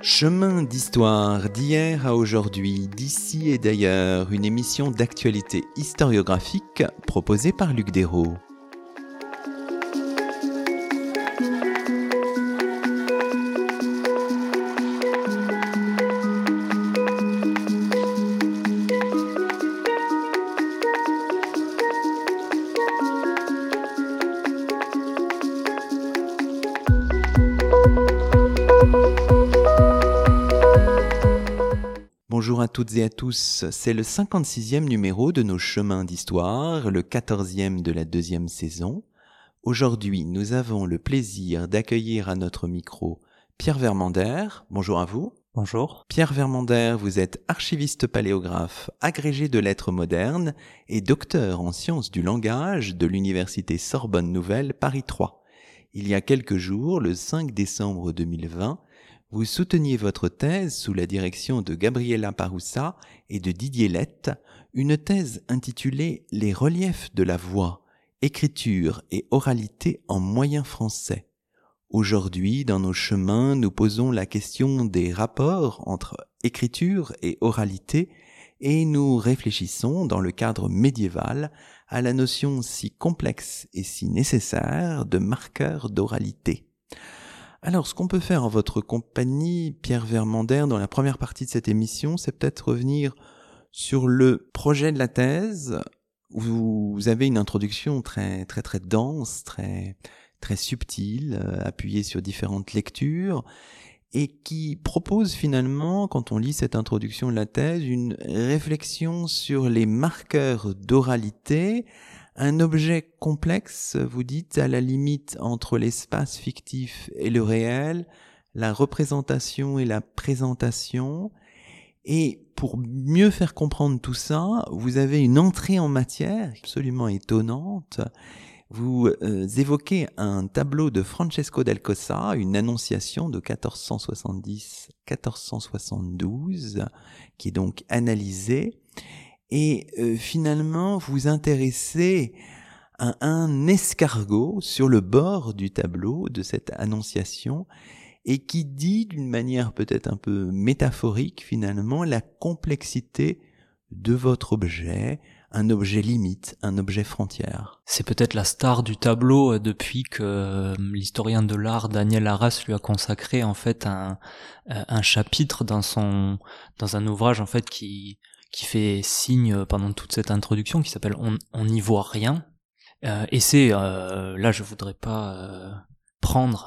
Chemin d'histoire d'hier à aujourd'hui, d'ici et d'ailleurs, une émission d'actualité historiographique proposée par Luc Dérault. Bonjour à toutes et à tous, c'est le 56e numéro de nos chemins d'histoire, le 14e de la deuxième saison. Aujourd'hui, nous avons le plaisir d'accueillir à notre micro Pierre Vermander. Bonjour à vous. Bonjour. Pierre Vermander, vous êtes archiviste paléographe, agrégé de lettres modernes et docteur en sciences du langage de l'université Sorbonne Nouvelle Paris 3. Il y a quelques jours, le 5 décembre 2020, vous souteniez votre thèse sous la direction de Gabriela Paroussa et de Didier Lett, une thèse intitulée « Les reliefs de la voix, écriture et oralité en moyen français ». Aujourd'hui, dans nos chemins, nous posons la question des rapports entre écriture et oralité et nous réfléchissons, dans le cadre médiéval, à la notion si complexe et si nécessaire de marqueur d'oralité. Alors, ce qu'on peut faire en votre compagnie, Pierre Vermander, dans la première partie de cette émission, c'est peut-être revenir sur le projet de la thèse. Vous avez une introduction très dense, très subtile, appuyée sur différentes lectures, et qui propose finalement, quand on lit cette introduction de la thèse, une réflexion sur les marqueurs d'oralité, un objet complexe, vous dites, à la limite entre l'espace fictif et le réel, la représentation et la présentation. Et pour mieux faire comprendre tout ça, vous avez une entrée en matière absolument étonnante. Vous évoquez un tableau de Francesco d'Alcossa, une annonciation de 1470-1472, qui est donc analysée. Et finalement, vous intéressez à un escargot sur le bord du tableau de cette annonciation et qui dit d'une manière peut-être un peu métaphorique finalement la complexité de votre objet, un objet limite, un objet frontière. C'est peut-être la star du tableau depuis que l'historien de l'art Daniel Arras lui a consacré en fait un chapitre dans un ouvrage en fait qui fait signe pendant toute cette introduction, qui s'appelle On n'y voit rien. Et c'est là je voudrais pas prendre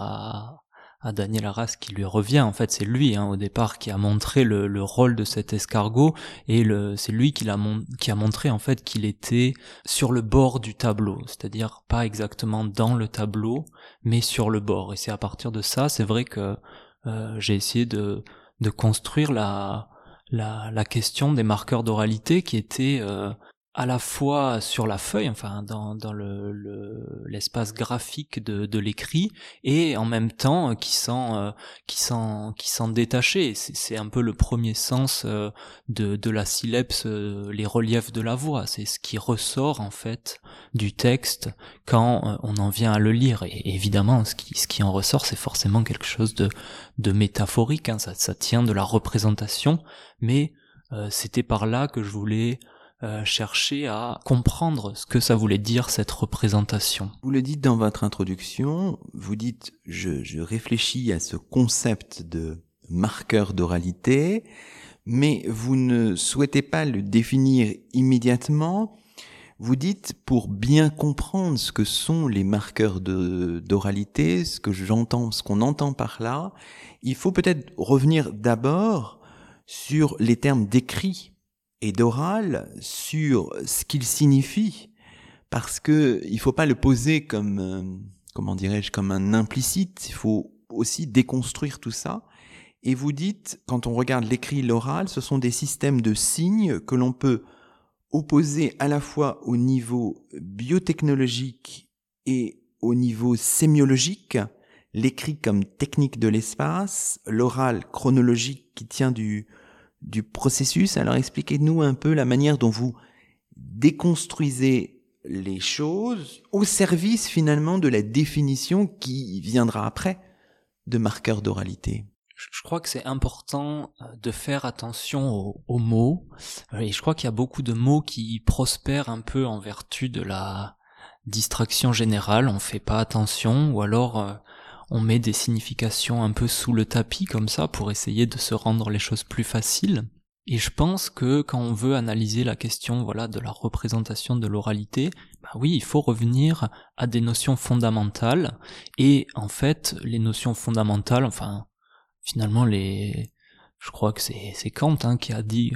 à Daniel Arras qui lui revient, en fait c'est lui au départ qui a montré le rôle de cet escargot, et c'est lui qui a montré en fait qu'il était sur le bord du tableau, c'est-à-dire pas exactement dans le tableau mais sur le bord. Et c'est à partir de ça, c'est vrai que j'ai essayé de construire la question des marqueurs d'oralité qui étaient à la fois sur la feuille, enfin dans l'espace graphique de l'écrit, et en même temps qui s'en détachaient. C'est un peu le premier sens de la syllèpse, les reliefs de la voix. C'est ce qui ressort en fait du texte quand on en vient à le lire. Et évidemment, ce qui en ressort, c'est forcément quelque chose de métaphorique. Ça tient de la représentation, mais c'était par là que je voulais chercher à comprendre ce que ça voulait dire cette représentation. Vous le dites dans votre introduction, vous dites je réfléchis à ce concept de marqueur d'oralité, mais vous ne souhaitez pas le définir immédiatement. Vous dites, pour bien comprendre ce que sont les marqueurs d'oralité, ce qu'on entend par là, il faut peut-être revenir d'abord sur les termes d'écrit et d'oral, sur ce qu'il signifie, parce que il faut pas le poser comme, comme un implicite, il faut aussi déconstruire tout ça. Et vous dites, quand on regarde l'écrit et l'oral, ce sont des systèmes de signes que l'on peut opposer à la fois au niveau biotechnologique et au niveau sémiologique, l'écrit comme technique de l'espace, l'oral chronologique qui tient du processus. Alors expliquez-nous un peu la manière dont vous déconstruisez les choses au service finalement de la définition qui viendra après de marqueurs d'oralité. Je crois que c'est important de faire attention aux mots, et je crois qu'il y a beaucoup de mots qui prospèrent un peu en vertu de la distraction générale, on fait pas attention, ou alors on met des significations un peu sous le tapis comme ça pour essayer de se rendre les choses plus faciles. Et je pense que quand on veut analyser la question, voilà, de la représentation de l'oralité, bah oui, il faut revenir à des notions fondamentales. Et en fait, les notions fondamentales, enfin, finalement, je crois que c'est Kant qui a dit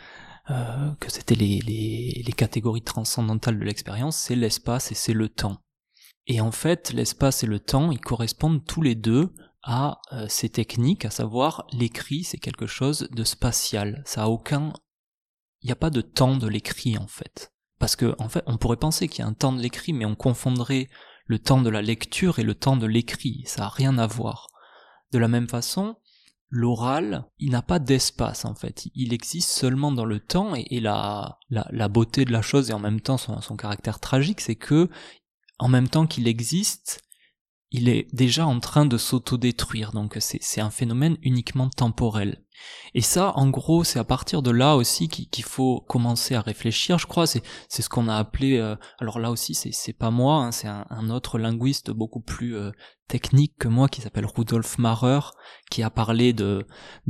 que c'était les catégories transcendantales de l'expérience, c'est l'espace et c'est le temps. Et en fait, l'espace et le temps, ils correspondent tous les deux à ces techniques, à savoir l'écrit, c'est quelque chose de spatial. Il n'y a pas de temps de l'écrit en fait. Parce que en fait, on pourrait penser qu'il y a un temps de l'écrit, mais on confondrait le temps de la lecture et le temps de l'écrit. Ça n'a rien à voir. De la même façon, l'oral, il n'a pas d'espace en fait. Il existe seulement dans le temps, et la beauté de la chose et en même temps son caractère tragique, c'est que en même temps qu'il existe, il est déjà en train de s'autodétruire, donc c'est un phénomène uniquement temporel. Et ça, en gros, c'est à partir de là aussi qu'il faut commencer à réfléchir. Je crois c'est ce qu'on a appelé, alors là aussi c'est pas moi, c'est un autre linguiste beaucoup plus technique que moi qui s'appelle Rudolf Mahrer, qui a parlé de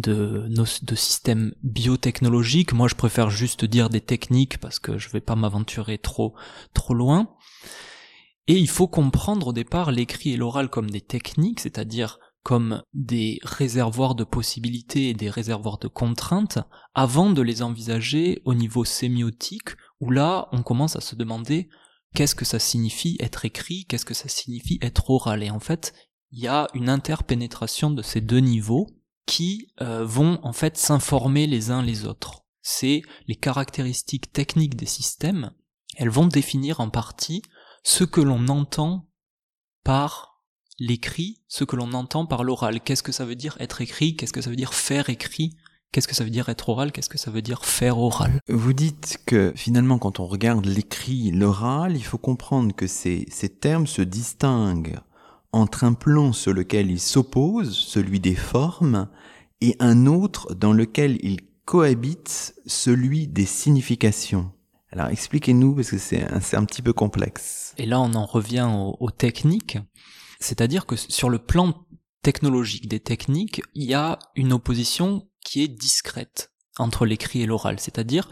systèmes biotechnologiques. Moi, je préfère juste dire des techniques parce que je vais pas m'aventurer trop loin. Et il faut comprendre au départ l'écrit et l'oral comme des techniques, c'est-à-dire comme des réservoirs de possibilités et des réservoirs de contraintes, avant de les envisager au niveau sémiotique, où là, on commence à se demander qu'est-ce que ça signifie être écrit, qu'est-ce que ça signifie être oral. Et en fait, il y a une interpénétration de ces deux niveaux qui vont en fait s'informer les uns les autres. C'est les caractéristiques techniques des systèmes, elles vont définir en partie ce que l'on entend par l'écrit, ce que l'on entend par l'oral. Qu'est-ce que ça veut dire être écrit? Qu'est-ce que ça veut dire faire écrit? Qu'est-ce que ça veut dire être oral? Qu'est-ce que ça veut dire faire oral? Vous dites que finalement, quand on regarde l'écrit, l'oral, il faut comprendre que ces termes se distinguent entre un plan sur lequel ils s'opposent, celui des formes, et un autre dans lequel ils cohabitent, celui des significations. Alors expliquez-nous, parce que c'est un petit peu complexe. Et là, on en revient aux techniques. C'est-à-dire que sur le plan technologique des techniques, il y a une opposition qui est discrète entre l'écrit et l'oral. C'est-à-dire,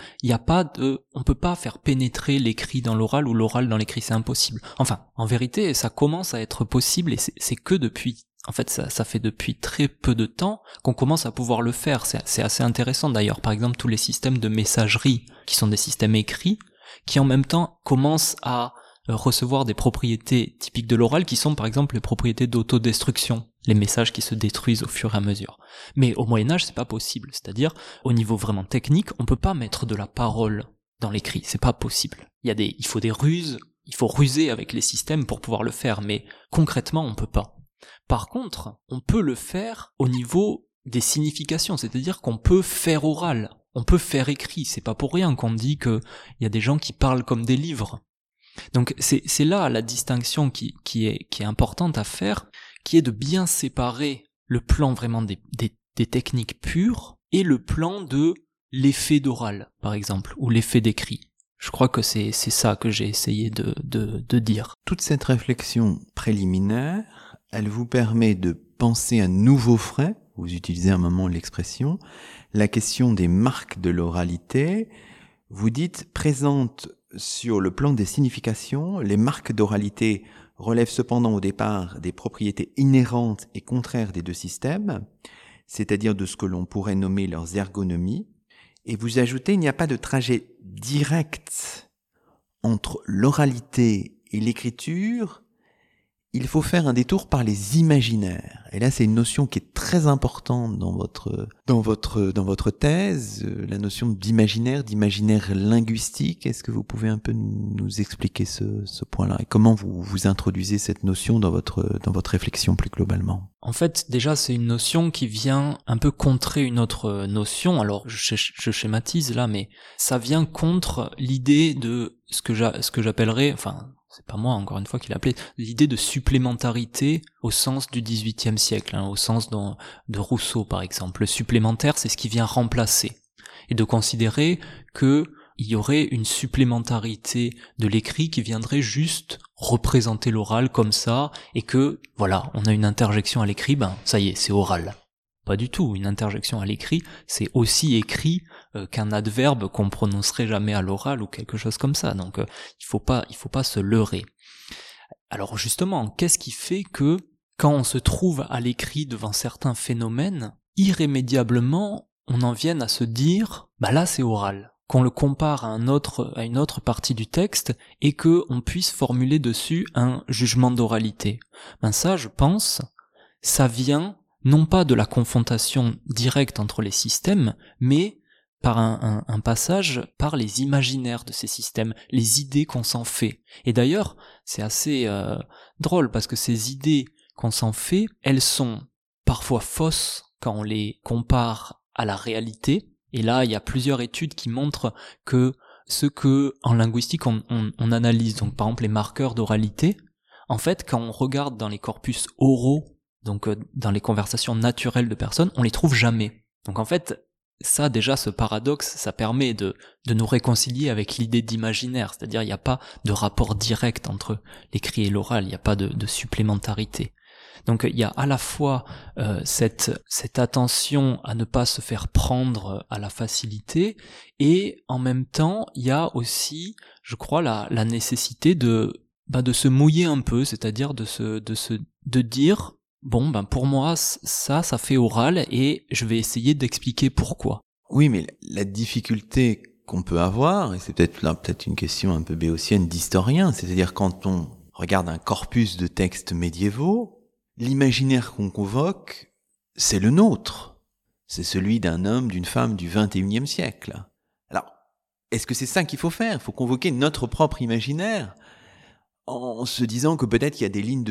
on peut pas faire pénétrer l'écrit dans l'oral ou l'oral dans l'écrit, c'est impossible. Enfin, en vérité, ça commence à être possible, et c'est que depuis, en fait, ça fait depuis très peu de temps qu'on commence à pouvoir le faire. C'est assez intéressant d'ailleurs. Par exemple, tous les systèmes de messagerie, qui sont des systèmes écrits, qui en même temps commencent à recevoir des propriétés typiques de l'oral, qui sont par exemple les propriétés d'autodestruction, les messages qui se détruisent au fur et à mesure. Mais au Moyen-Âge, c'est pas possible. C'est-à-dire, au niveau vraiment technique, on peut pas mettre de la parole dans l'écrit. C'est pas possible. Il faut des ruses, il faut ruser avec les systèmes pour pouvoir le faire, mais concrètement, on peut pas. Par contre, on peut le faire au niveau des significations, c'est-à-dire qu'on peut faire oral, on peut faire écrit. C'est pas pour rien qu'on dit qu'il y a des gens qui parlent comme des livres. Donc c'est là la distinction qui est importante à faire, qui est de bien séparer le plan vraiment des techniques pures et le plan de l'effet d'oral, par exemple, ou l'effet d'écrit. Je crois que c'est ça que j'ai essayé de dire. Toute cette réflexion préliminaire, elle vous permet de penser à nouveau frais, vous utilisez un moment l'expression, la question des marques de l'oralité. Vous dites présente sur le plan des significations, les marques d'oralité relèvent cependant au départ des propriétés inhérentes et contraires des deux systèmes, c'est-à-dire de ce que l'on pourrait nommer leurs ergonomies. Et vous ajoutez, il n'y a pas de trajet direct entre l'oralité et l'écriture, il faut faire un détour par les imaginaires. Et là, c'est une notion qui est très importante dans votre thèse, la notion d'imaginaire linguistique. Est-ce que vous pouvez un peu nous expliquer ce point-là et comment vous introduisez cette notion dans votre réflexion plus globalement? En fait, déjà, c'est une notion qui vient un peu contrer une autre notion. Alors, je schématise là, mais ça vient contre l'idée de ce que j'appellerais, enfin, c'est pas moi encore une fois qui l'a appelé, l'idée de supplémentarité au sens du XVIIIe siècle, au sens de Rousseau par exemple. Le supplémentaire, c'est ce qui vient remplacer. Et de considérer que il y aurait une supplémentarité de l'écrit qui viendrait juste représenter l'oral comme ça, et que, voilà, on a une interjection à l'écrit, ça y est, c'est oral. Pas du tout, une interjection à l'écrit, c'est aussi écrit qu'un adverbe qu'on prononcerait jamais à l'oral ou quelque chose comme ça, donc il faut pas se leurrer. Alors justement, qu'est-ce qui fait que, quand on se trouve à l'écrit devant certains phénomènes, irrémédiablement, on en vienne à se dire, là c'est oral, qu'on le compare à une autre partie du texte et que on puisse formuler dessus un jugement d'oralité. Ça, je pense, ça vient non pas de la confrontation directe entre les systèmes, mais par un passage par les imaginaires de ces systèmes, les idées qu'on s'en fait. Et d'ailleurs, c'est assez drôle parce que ces idées qu'on s'en fait, elles sont parfois fausses quand on les compare à la réalité. Et là, il y a plusieurs études qui montrent que ce que, en linguistique, on analyse, donc par exemple les marqueurs d'oralité, en fait, quand on regarde dans les corpus oraux, donc dans les conversations naturelles de personnes, on les trouve jamais. Donc en fait, ça déjà, ce paradoxe, ça permet de nous réconcilier avec l'idée d'imaginaire, c'est-à-dire il n'y a pas de rapport direct entre l'écrit et l'oral, il n'y a pas de supplémentarité. Donc il y a à la fois cette attention à ne pas se faire prendre à la facilité, et en même temps il y a aussi, je crois, la nécessité de se mouiller un peu, c'est-à-dire de dire pour moi ça fait oral et je vais essayer d'expliquer pourquoi. Oui, mais la difficulté qu'on peut avoir, et c'est peut-être une question un peu béotienne d'historien, c'est-à-dire quand on regarde un corpus de textes médiévaux, l'imaginaire qu'on convoque, c'est le nôtre. C'est celui d'un homme, d'une femme du XXIe siècle. Alors, est-ce que c'est ça qu'il faut faire ? Il faut convoquer notre propre imaginaire en se disant que peut-être il y a des lignes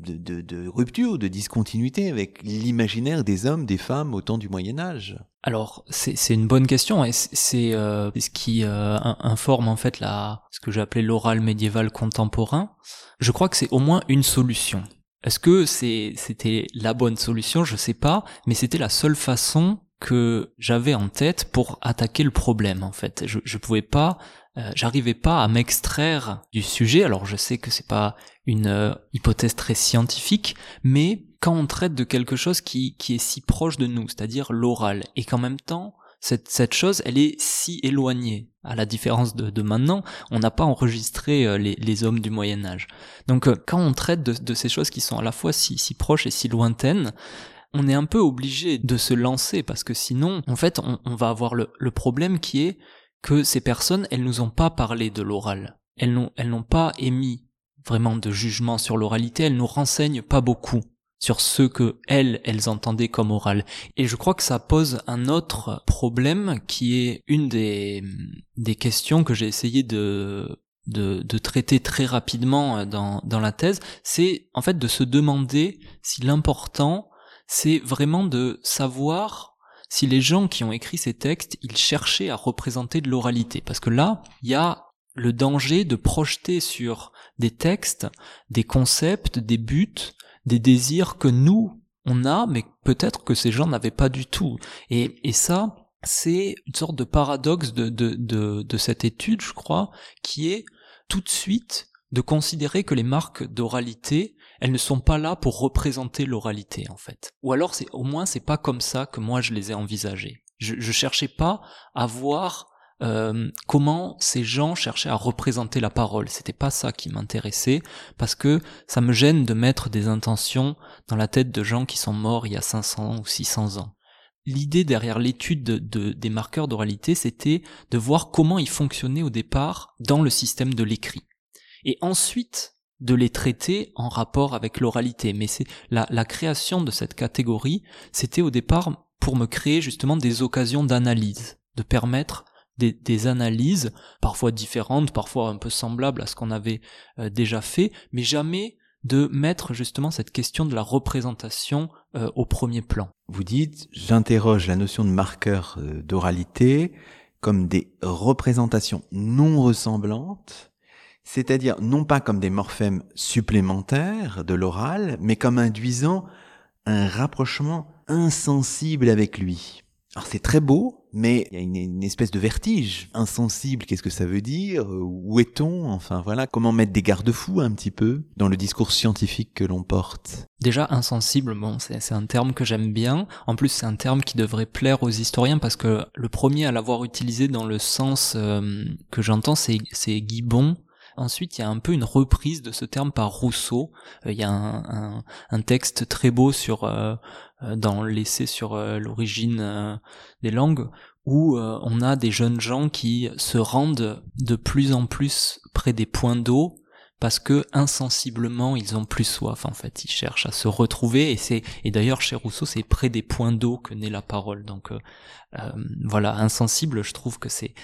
de rupture, de discontinuité avec l'imaginaire des hommes, des femmes au temps du Moyen-Âge. Alors, c'est une bonne question, et c'est ce qui informe en fait ce que j'ai appelé l'oral médiéval contemporain. Je crois que c'est au moins une solution. Est-ce que c'était la bonne solution ? Je sais pas, mais c'était la seule façon que j'avais en tête pour attaquer le problème, en fait. Je pouvais pas, j'arrivais pas à m'extraire du sujet. Alors je sais que c'est pas une hypothèse très scientifique, mais quand on traite de quelque chose qui est si proche de nous, c'est-à-dire l'oral, et qu'en même temps, cette chose, elle est si éloignée. À la différence de maintenant, on n'a pas enregistré les hommes du Moyen-Âge. Donc quand on traite de ces choses qui sont à la fois si proches et si lointaines, on est un peu obligé de se lancer, parce que sinon, en fait, on va avoir le problème qui est que ces personnes, elles nous ont pas parlé de l'oral. Elles n'ont pas émis vraiment de jugement sur l'oralité, elles nous renseignent pas beaucoup sur ce que elles entendaient comme oral. Et je crois que ça pose un autre problème qui est une des questions que j'ai essayé de traiter très rapidement dans la thèse, c'est en fait de se demander si l'important c'est vraiment de savoir si les gens qui ont écrit ces textes, ils cherchaient à représenter de l'oralité. Parce que là, il y a le danger de projeter sur des textes, des concepts, des buts, des désirs que nous, on a, mais peut-être que ces gens n'avaient pas du tout. Et ça, c'est une sorte de paradoxe de cette étude, je crois, qui est tout de suite de considérer que les marques d'oralité, elles ne sont pas là pour représenter l'oralité, en fait. Ou alors, au moins, c'est pas comme ça que moi je les ai envisagées. Je cherchais pas à voir comment ces gens cherchaient à représenter la parole. C'était pas ça qui m'intéressait, parce que ça me gêne de mettre des intentions dans la tête de gens qui sont morts il y a 500 ou 600 ans. L'idée derrière l'étude des marqueurs d'oralité, c'était de voir comment ils fonctionnaient au départ dans le système de l'écrit. Et ensuite, de les traiter en rapport avec l'oralité. Mais c'est la création de cette catégorie, c'était au départ pour me créer justement des occasions d'analyse, de permettre des analyses, parfois différentes, parfois un peu semblables à ce qu'on avait déjà fait, mais jamais de mettre justement cette question de la représentation au premier plan. Vous dites, j'interroge la notion de marqueur d'oralité comme des représentations non ressemblantes, c'est-à-dire non pas comme des morphèmes supplémentaires de l'oral, mais comme induisant un rapprochement insensible avec lui. Alors c'est très beau, mais il y a une espèce de vertige. Insensible, qu'est-ce que ça veut dire ? Où est-on ? Enfin voilà, comment mettre des garde-fous un petit peu dans le discours scientifique que l'on porte ? Déjà, insensible, bon, c'est un terme que j'aime bien. En plus, c'est un terme qui devrait plaire aux historiens parce que le premier à l'avoir utilisé dans le sens que j'entends, c'est Gibbon. Ensuite, il y a un peu une reprise de ce terme par Rousseau. Il y a un texte très beau dans l'essai sur l'origine des langues, où on a des jeunes gens qui se rendent de plus en plus près des points d'eau parce que insensiblement ils ont plus soif. En fait, ils cherchent à se retrouver, et d'ailleurs chez Rousseau, c'est près des points d'eau que naît la parole. Donc voilà, insensible, je trouve que c'est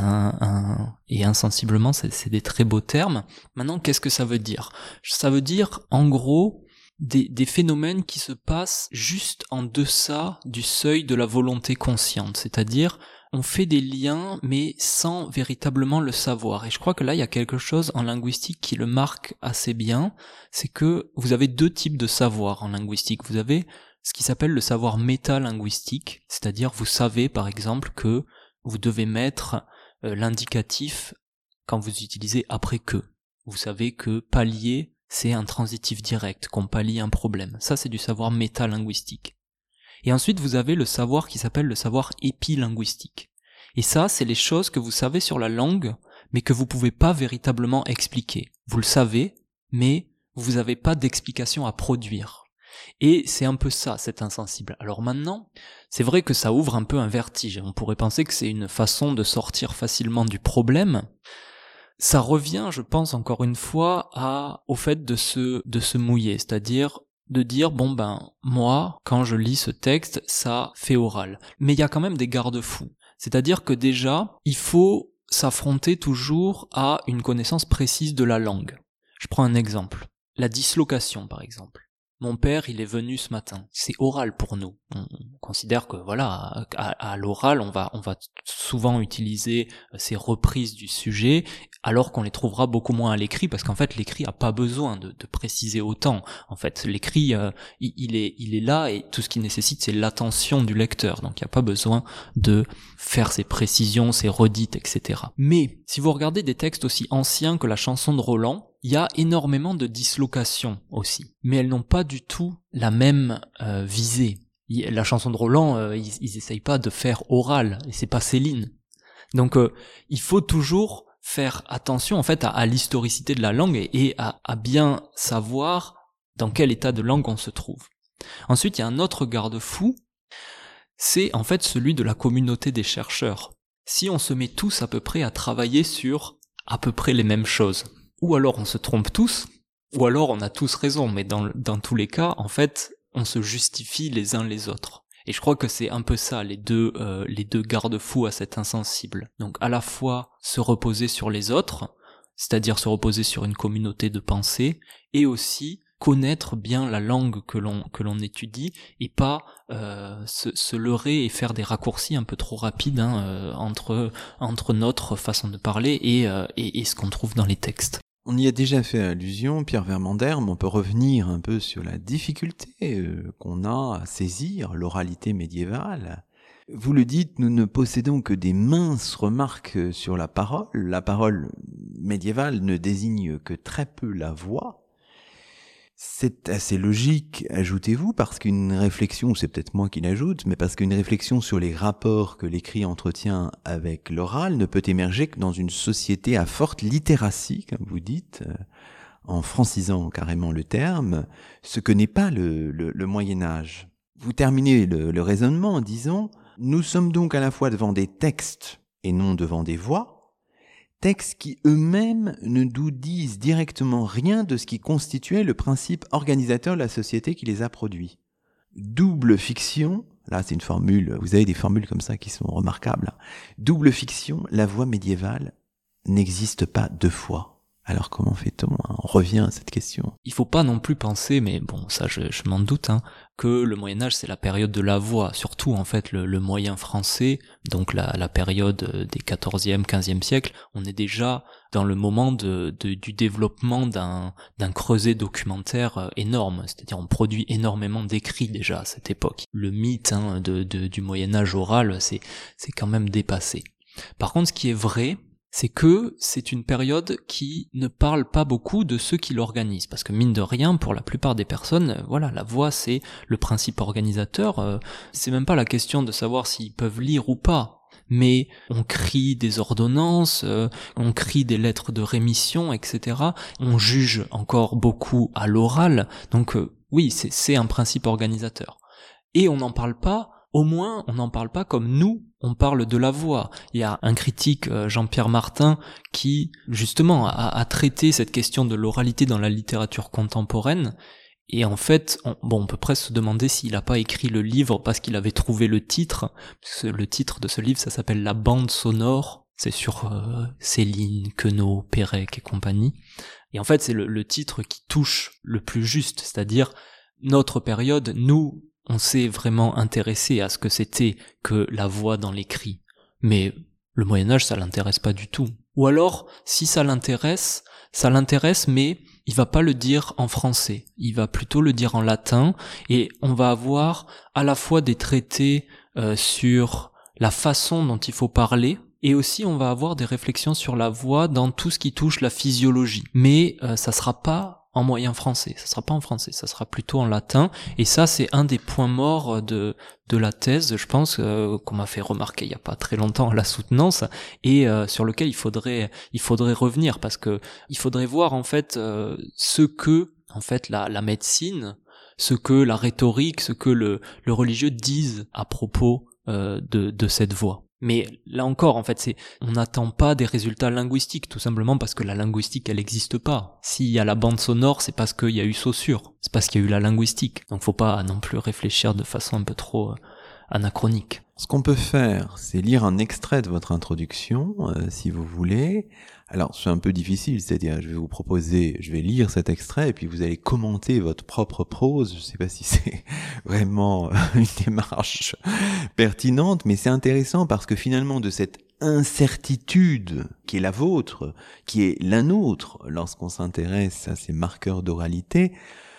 et insensiblement, c'est des très beaux termes. Maintenant, qu'est-ce que ça veut dire ? Ça veut dire, en gros, des phénomènes qui se passent juste en deçà du seuil de la volonté consciente, c'est-à-dire on fait des liens mais sans véritablement le savoir. Et je crois que là il y a quelque chose en linguistique qui le marque assez bien, c'est que vous avez deux types de savoir en linguistique. Vous avez ce qui s'appelle le savoir métalinguistique, c'est-à-dire vous savez par exemple que vous devez mettre l'indicatif quand vous utilisez après que. Vous savez que pallier, c'est un transitif direct, qu'on pallie un problème. Ça, c'est du savoir métalinguistique. Et ensuite, vous avez le savoir qui s'appelle le savoir épilinguistique. Et ça, c'est les choses que vous savez sur la langue, mais que vous pouvez pas véritablement expliquer. Vous le savez, mais vous n'avez pas d'explication à produire. Et c'est un peu ça, cet insensible. Alors maintenant, c'est vrai que ça ouvre un peu un vertige. On pourrait penser que c'est une façon de sortir facilement du problème. Ça revient, je pense, encore une fois, au fait de se mouiller, c'est-à-dire de dire, bon ben, moi, quand je lis ce texte, ça fait oral. Mais il y a quand même des garde-fous. C'est-à-dire que déjà, il faut s'affronter toujours à une connaissance précise de la langue. Je prends un exemple. La dislocation, par exemple. Mon père, il est venu ce matin. C'est oral pour nous. On considère que voilà, à l'oral, on va souvent utiliser ces reprises du sujet, alors qu'on les trouvera beaucoup moins à l'écrit, parce qu'en fait, l'écrit a pas besoin de préciser autant. En fait, l'écrit, il est là, et tout ce qu'il nécessite, c'est l'attention du lecteur. Donc, il n'y a pas besoin de faire ces précisions, ces redites, etc. Mais, si vous regardez des textes aussi anciens que la chanson de Roland, il y a énormément de dislocations aussi, mais elles n'ont pas du tout la même visée. La chanson de Roland, ils essayent pas de faire oral, et c'est pas Céline. Donc il faut toujours faire attention en fait à l'historicité de la langue et à bien savoir dans quel état de langue on se trouve. Ensuite, il y a un autre garde-fou, c'est en fait celui de la communauté des chercheurs. Si on se met tous à peu près à travailler sur à peu près les mêmes choses, ou alors on se trompe tous, ou alors on a tous raison, mais dans tous les cas, en fait, on se justifie les uns les autres. Et je crois que c'est un peu ça, les deux garde-fous à cet insensible. Donc à la fois se reposer sur les autres, c'est-à-dire se reposer sur une communauté de pensée, et aussi connaître bien la langue que l'on étudie, et pas se leurrer et faire des raccourcis un peu trop rapides entre notre façon de parler et ce qu'on trouve dans les textes. On y a déjà fait allusion, Pierre Vermander, mais on peut revenir un peu sur la difficulté qu'on a à saisir l'oralité médiévale. Vous le dites, nous ne possédons que des minces remarques sur la parole. La parole médiévale ne désigne que très peu la voix. C'est assez logique, ajoutez-vous, parce qu'une réflexion, c'est peut-être moi qui l'ajoute, mais parce qu'une réflexion sur les rapports que l'écrit entretient avec l'oral ne peut émerger que dans une société à forte littératie, comme vous dites, en francisant carrément le terme, ce que n'est pas le Moyen-Âge. Vous terminez le raisonnement en disant « Nous sommes donc à la fois devant des textes et non devant des voix », textes qui eux-mêmes ne nous disent directement rien de ce qui constituait le principe organisateur de la société qui les a produits. Double fiction, là c'est une formule, vous avez des formules comme ça qui sont remarquables. Double fiction, la voix médiévale n'existe pas deux fois. Alors comment fait-on ? On revient à cette question. Il faut pas non plus penser, mais bon, ça je m'en doute, que le Moyen-Âge c'est la période de la voix, surtout en fait le moyen français, donc la période des 14e, 15e siècle, on est déjà dans le moment du développement d'un creuset documentaire énorme, c'est-à-dire on produit énormément d'écrits déjà à cette époque. Le mythe du Moyen-Âge oral, c'est quand même dépassé. Par contre, ce qui est vrai, c'est que c'est une période qui ne parle pas beaucoup de ceux qui l'organisent, parce que mine de rien, pour la plupart des personnes, voilà, la voix c'est le principe organisateur, c'est même pas la question de savoir s'ils peuvent lire ou pas, mais on crie des ordonnances, on crie des lettres de rémission, etc. On juge encore beaucoup à l'oral, donc oui, c'est un principe organisateur. Et on n'en parle pas, au moins on n'en parle pas comme nous, on parle de la voix. Il y a un critique, Jean-Pierre Martin, qui justement a traité cette question de l'oralité dans la littérature contemporaine, et en fait, on peut presque se demander s'il n'a pas écrit le livre parce qu'il avait trouvé le titre, parce que le titre de ce livre, ça s'appelle La bande sonore, c'est sur Céline, Queneau, Pérec et compagnie, et en fait c'est le titre qui touche le plus juste, c'est-à-dire notre période, nous, on s'est vraiment intéressé à ce que c'était que la voix dans l'écrit. Mais le Moyen-Âge, ça l'intéresse pas du tout. Ou alors, si ça l'intéresse, mais il va pas le dire en français. Il va plutôt le dire en latin, et on va avoir à la fois des traités sur la façon dont il faut parler, et aussi on va avoir des réflexions sur la voix dans tout ce qui touche la physiologie. Mais ça sera pas en moyen français, ça sera pas en français, ça sera plutôt en latin, et ça c'est un des points morts de la thèse, je pense, qu'on m'a fait remarquer il y a pas très longtemps à la soutenance, et sur lequel il faudrait revenir, parce que il faudrait voir en fait ce que en fait la médecine, ce que la rhétorique, ce que le religieux disent à propos de cette voix. Mais là encore, en fait, on n'attend pas des résultats linguistiques, tout simplement parce que la linguistique, elle n'existe pas. S'il y a la bande sonore, c'est parce qu'il y a eu Saussure, c'est parce qu'il y a eu la linguistique. Donc faut pas non plus réfléchir de façon un peu trop anachronique. Ce qu'on peut faire, c'est lire un extrait de votre introduction, si vous voulez. Alors, c'est un peu difficile, c'est-à-dire, je vais lire cet extrait, et puis vous allez commenter votre propre prose. Je sais pas si c'est vraiment une démarche pertinente, mais c'est intéressant parce que finalement, de cette incertitude qui est la vôtre, qui est la nôtre, lorsqu'on s'intéresse à ces marqueurs d'oralité,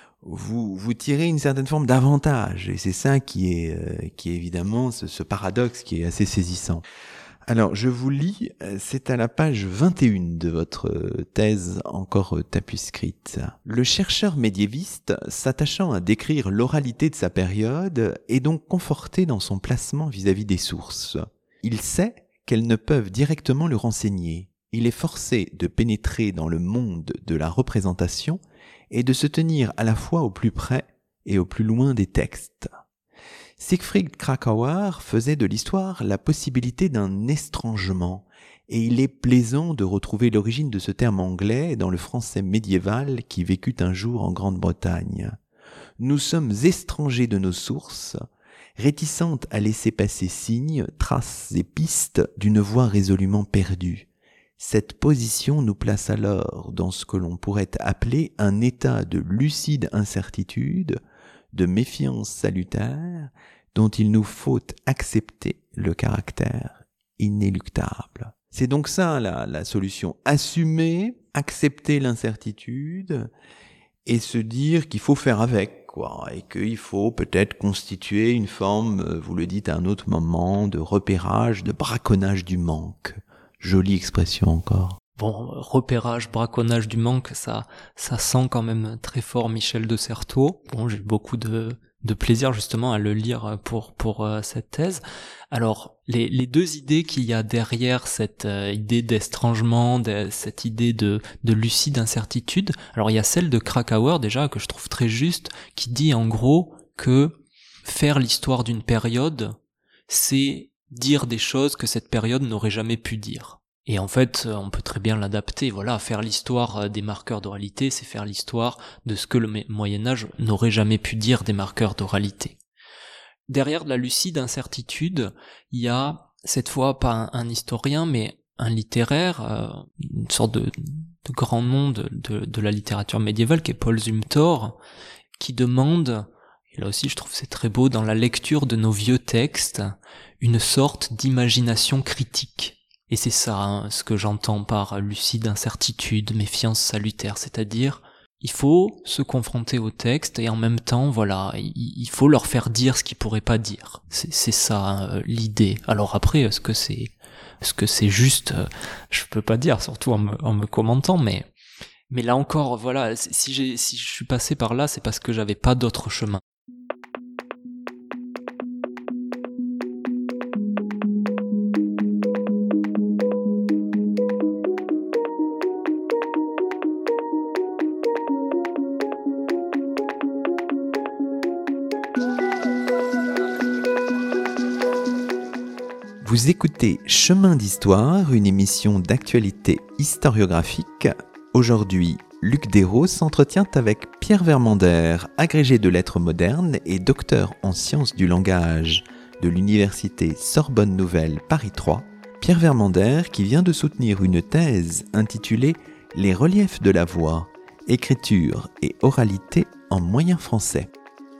vous tirez une certaine forme d'avantage, et c'est ça qui est évidemment ce paradoxe qui est assez saisissant. Alors, je vous lis, c'est à la page 21 de votre thèse encore tapuscrite. Le chercheur médiéviste, s'attachant à décrire l'oralité de sa période, est donc conforté dans son placement vis-à-vis des sources. Il sait qu'elles ne peuvent directement le renseigner. Il est forcé de pénétrer dans le monde de la représentation et de se tenir à la fois au plus près et au plus loin des textes. Siegfried Kracauer faisait de l'histoire la possibilité d'un estrangement, et il est plaisant de retrouver l'origine de ce terme anglais dans le français médiéval qui vécut un jour en Grande-Bretagne. Nous sommes étrangers de nos sources, réticentes à laisser passer signes, traces et pistes d'une voie résolument perdue. Cette position nous place alors dans ce que l'on pourrait appeler un état de lucide incertitude, de méfiance salutaire, dont il nous faut accepter le caractère inéluctable. C'est donc ça la solution. Assumer, accepter l'incertitude et se dire qu'il faut faire avec, quoi, et qu'il faut peut-être constituer une forme, vous le dites à un autre moment, de repérage, de braconnage du manque. Jolie expression encore. Bon, repérage, braconnage du manque, ça sent quand même très fort Michel de Certeau. Bon, j'ai beaucoup de plaisir justement à le lire pour cette thèse. Alors, les deux idées qu'il y a derrière cette idée d'estrangement, cette idée de lucide incertitude, alors il y a celle de Kracauer déjà que je trouve très juste, qui dit en gros que faire l'histoire d'une période, c'est dire des choses que cette période n'aurait jamais pu dire. Et en fait, on peut très bien l'adapter. Voilà, faire l'histoire des marqueurs d'oralité, c'est faire l'histoire de ce que le Moyen-Âge n'aurait jamais pu dire des marqueurs d'oralité. Derrière la lucide incertitude, il y a, cette fois pas un historien, mais un littéraire, une sorte de grand nom de la littérature médiévale, qui est Paul Zumthor, qui demande et là aussi je trouve c'est très beau, dans la lecture de nos vieux textes, une sorte d'imagination critique. Et c'est ça, hein, ce que j'entends par lucide incertitude, méfiance salutaire, c'est-à-dire il faut se confronter au texte et en même temps, voilà, il faut leur faire dire ce qu'ils pourraient pas dire. C'est ça l'idée. Alors après, est-ce que c'est juste, je peux pas dire, surtout en me commentant, mais là encore, voilà, si je suis passé par là, c'est parce que j'avais pas d'autre chemin. Vous écoutez Chemin d'Histoire, une émission d'actualité historiographique. Aujourd'hui, Luc Dérault s'entretient avec Pierre Vermander, agrégé de lettres modernes et docteur en sciences du langage de l'université Sorbonne Nouvelle Paris 3. Pierre Vermander qui vient de soutenir une thèse intitulée « Les reliefs de la voix, écriture et oralité en moyen français ».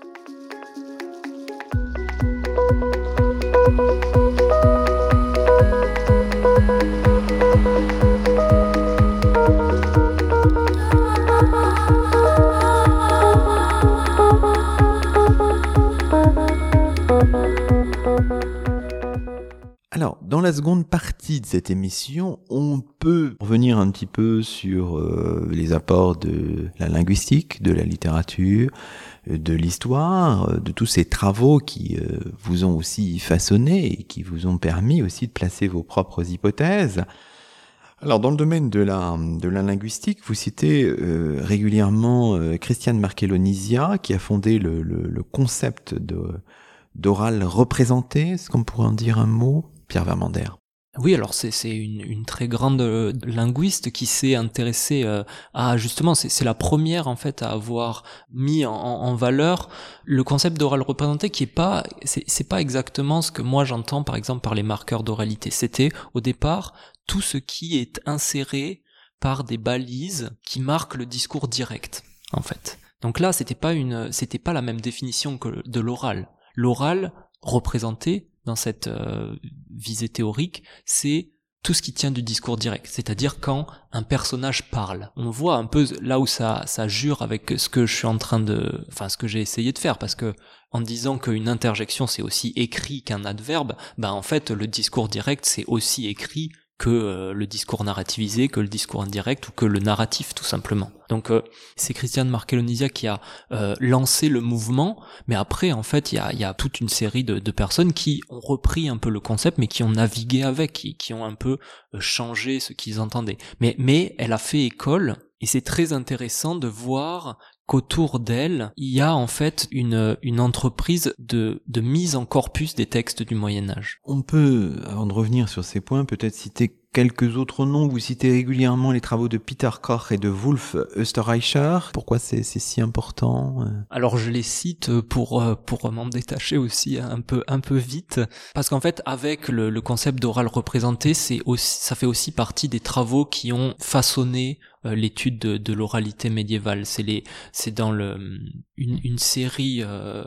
Alors, dans la seconde partie de cette émission, on peut revenir un petit peu sur les apports de la linguistique, de la littérature, de l'histoire, de tous ces travaux qui vous ont aussi façonné et qui vous ont permis aussi de placer vos propres hypothèses. Alors, dans le domaine de la linguistique, vous citez régulièrement Christiane Marchellonisia, qui a fondé le concept d'oral représenté. Est-ce qu'on pourrait en dire un mot, Pierre Vermander? Oui, alors c'est une très grande linguiste qui s'est intéressée à, justement, c'est la première en fait à avoir mis en valeur le concept d'oral représenté, qui c'est pas exactement ce que moi j'entends par exemple par les marqueurs d'oralité. C'était au départ tout ce qui est inséré par des balises qui marquent le discours direct, en fait. Donc là, c'était pas la même définition que de l'oral. L'oral représenté dans cette visée théorique, c'est tout ce qui tient du discours direct, c'est-à-dire quand un personnage parle. On voit un peu là où ça jure avec ce que ce que j'ai essayé de faire, parce que en disant qu'une interjection c'est aussi écrit qu'un adverbe, en fait le discours direct c'est aussi écrit que le discours narrativisé, que le discours indirect ou que le narratif tout simplement. Donc c'est Christiane Marchellonisia qui a lancé le mouvement, mais après en fait il y a toute une série de personnes qui ont repris un peu le concept, mais qui ont navigué avec, qui ont un peu changé ce qu'ils entendaient. Mais elle a fait école, et c'est très intéressant de voir qu'autour d'elle, il y a en fait une entreprise de mise en corpus des textes du Moyen-Âge. On peut, avant de revenir sur ces points, peut-être citer quelques autres noms. Vous citez régulièrement les travaux de Peter Koch et de Wulf Österreicher. Pourquoi c'est si important? Alors je les cite pour m'en détacher aussi un peu vite, parce qu'en fait avec le concept d'oral représenté, ça fait aussi partie des travaux qui ont façonné l'étude de l'oralité médiévale. C'est dans une série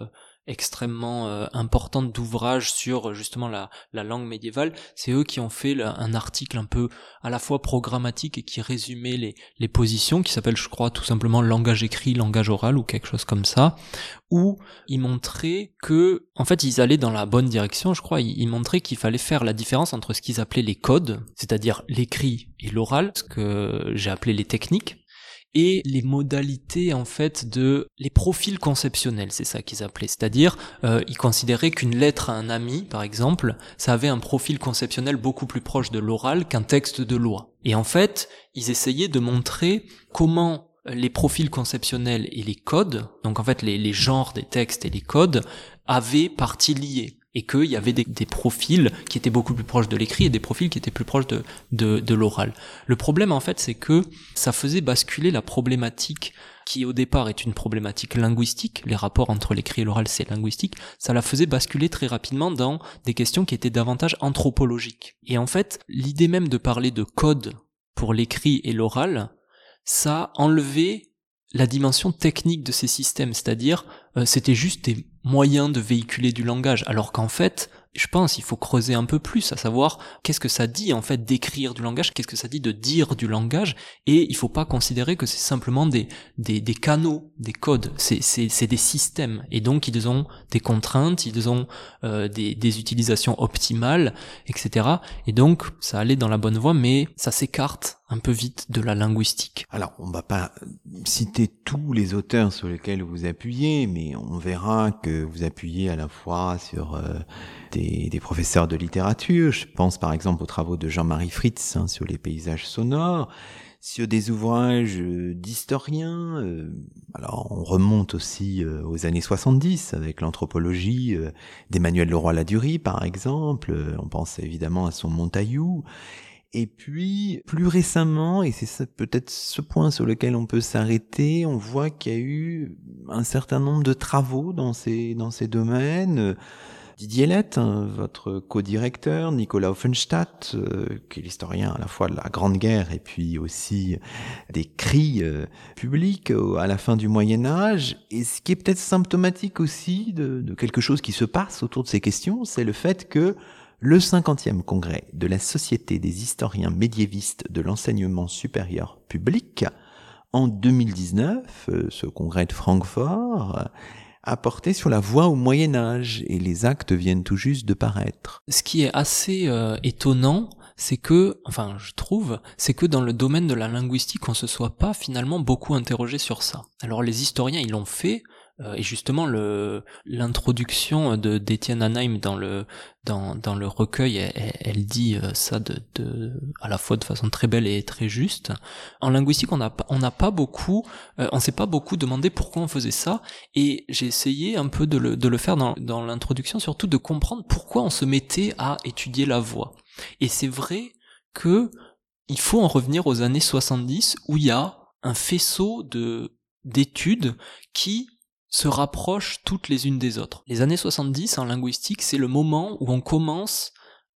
extrêmement importante d'ouvrages sur justement la langue médiévale. C'est eux qui ont fait un article un peu à la fois programmatique et qui résumait les positions, qui s'appelle je crois tout simplement langage écrit, langage oral ou quelque chose comme ça, où ils montraient que en fait ils allaient dans la bonne direction. Je crois ils montraient qu'il fallait faire la différence entre ce qu'ils appelaient les codes, c'est-à-dire l'écrit et l'oral, ce que j'ai appelé les techniques, et les modalités en fait les profils conceptionnels, c'est ça qu'ils appelaient. C'est-à-dire ils considéraient qu'une lettre à un ami, par exemple, ça avait un profil conceptionnel beaucoup plus proche de l'oral qu'un texte de loi. Et en fait, ils essayaient de montrer comment les profils conceptionnels et les codes, donc en fait les genres des textes et les codes, avaient partie liée. Et qu'il y avait des profils qui étaient beaucoup plus proches de l'écrit et des profils qui étaient plus proches de l'oral. Le problème, en fait, c'est que ça faisait basculer la problématique qui, au départ, est une problématique linguistique. Les rapports entre l'écrit et l'oral, c'est linguistique. Ça la faisait basculer très rapidement dans des questions qui étaient davantage anthropologiques. Et en fait, l'idée même de parler de code pour l'écrit et l'oral, ça enlevait la dimension technique de ces systèmes, c'est-à-dire c'était juste des moyens de véhiculer du langage, alors qu'en fait, je pense il faut creuser un peu plus, à savoir qu'est-ce que ça dit en fait d'écrire du langage, qu'est-ce que ça dit de dire du langage, et il faut pas considérer que c'est simplement des canaux, des codes, c'est des systèmes, et donc ils ont des contraintes, ils ont des utilisations optimales, etc. Et donc ça allait dans la bonne voie, mais ça s'écarte un peu vite de la linguistique. Alors, on va pas citer tous les auteurs sur lesquels vous appuyez, mais on verra que vous appuyez à la fois sur des professeurs de littérature. Je pense par exemple aux travaux de Jean-Marie Fritz sur les paysages sonores, sur des ouvrages d'historiens. Alors, on remonte aussi aux années 70 avec l'anthropologie d'Emmanuel Leroy-Ladurie, par exemple. On pense évidemment à son Montaillou. Et puis, plus récemment, et c'est peut-être ce point sur lequel on peut s'arrêter, on voit qu'il y a eu un certain nombre de travaux dans ces domaines. Didier Lett, votre co-directeur, Nicolas Offenstadt, qui est l'historien à la fois de la Grande Guerre et puis aussi des cris publics à la fin du Moyen-Âge. Et ce qui est peut-être symptomatique aussi de quelque chose qui se passe autour de ces questions, c'est le fait que le 50e congrès de la Société des historiens médiévistes de l'enseignement supérieur public, en 2019, ce congrès de Francfort, a porté sur la voie au Moyen-Âge, et les actes viennent tout juste de paraître. Ce qui est assez étonnant, c'est que, enfin je trouve, c'est que dans le domaine de la linguistique, on se soit pas finalement beaucoup interrogé sur ça. Alors les historiens, ils l'ont fait, et justement l'introduction d'Étienne Anheim dans le recueil, elle dit ça à la fois de façon très belle et très juste. En linguistique, on n'a pas beaucoup, on s'est pas beaucoup demandé pourquoi on faisait ça, et j'ai essayé un peu de le faire dans l'introduction, surtout de comprendre pourquoi on se mettait à étudier la voix. Et c'est vrai que il faut en revenir aux années 70 où il y a un faisceau d'études qui se rapprochent toutes les unes des autres. Les années 70 en linguistique, c'est le moment où on commence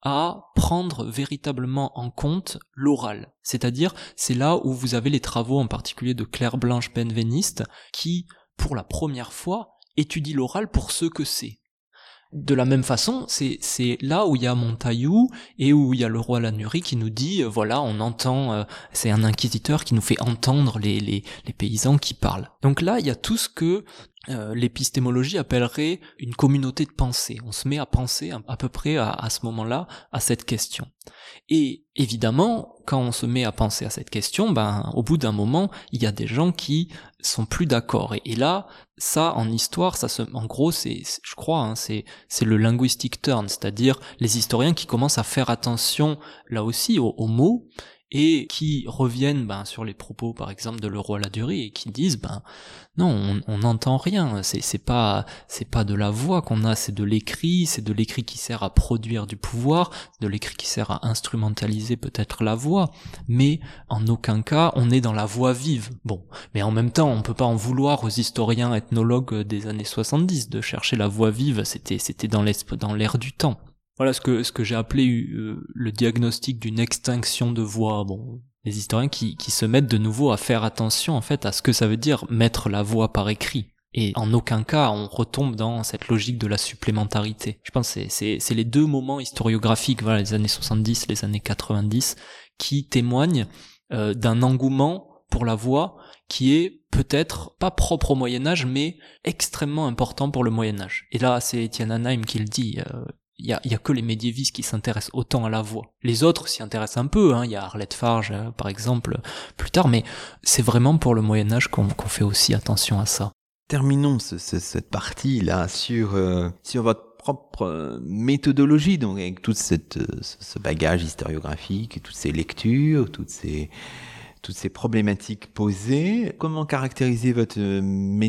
à prendre véritablement en compte l'oral. C'est-à-dire, c'est là où vous avez les travaux en particulier de Claire Blanche Benveniste qui, pour la première fois, étudie l'oral pour ce que c'est. De la même façon, c'est là où il y a Montaillou et où il y a Leroy-Ladurie qui nous dit, voilà, on entend, c'est un inquisiteur qui nous fait entendre les paysans qui parlent. Donc là, il y a tout ce que l'épistémologie appellerait une communauté de pensée. On se met à penser à peu près à ce moment-là à cette question. Et évidemment, quand on se met à penser à cette question, au bout d'un moment, il y a des gens qui sont plus d'accord. Et là, ça, en histoire, en gros, je crois, c'est le linguistic turn, c'est-à-dire les historiens qui commencent à faire attention, là aussi, aux mots, et qui reviennent sur les propos par exemple de Leroy-Ladurie et qui disent non, on n'entend rien, c'est pas de la voix qu'on a, c'est de l'écrit qui sert à produire du pouvoir, de l'écrit qui sert à instrumentaliser peut-être la voix, mais en aucun cas on est dans la voix vive. Bon, mais en même temps on peut pas en vouloir aux historiens ethnologues des années 70 de chercher la voix vive, c'était dans l'air du temps. Voilà ce que j'ai appelé le diagnostic d'une extinction de voix. Bon, les historiens qui se mettent de nouveau à faire attention en fait à ce que ça veut dire mettre la voix par écrit. Et en aucun cas on retombe dans cette logique de la supplémentarité. Je pense que c'est les deux moments historiographiques, voilà, les années 70, les années 90, qui témoignent d'un engouement pour la voix qui est peut-être pas propre au Moyen-Âge, mais extrêmement important pour le Moyen-Âge. Et là, c'est Étienne Anheim qui le dit. Il y a que les médiévistes qui s'intéressent autant à la voix. Les autres s'y intéressent un peu, il y a Arlette Farge par exemple plus tard, mais c'est vraiment pour le Moyen-Âge qu'on fait aussi attention à ça. Terminons cette partie là sur votre propre méthodologie, donc avec toute ce bagage historiographique, toutes ces lectures, toutes ces problématiques posées. Comment caractériser votre méthodologie ?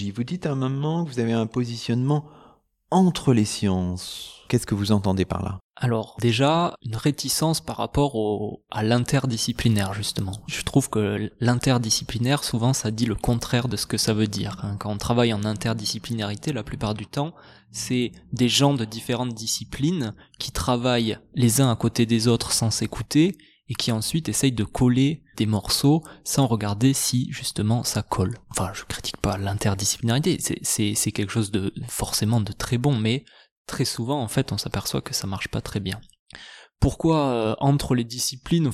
Vous dites à un moment que vous avez un positionnement entre les sciences. Qu'est-ce que vous entendez par là ? Alors déjà, une réticence par rapport à l'interdisciplinaire justement. Je trouve que l'interdisciplinaire, souvent ça dit le contraire de ce que ça veut dire. Quand on travaille en interdisciplinarité, la plupart du temps, c'est des gens de différentes disciplines qui travaillent les uns à côté des autres sans s'écouter et qui ensuite essaye de coller des morceaux sans regarder si justement ça colle. Enfin, je critique pas l'interdisciplinarité, c'est quelque chose de forcément de très bon, mais très souvent en fait on s'aperçoit que ça marche pas très bien. Pourquoi entre les disciplines,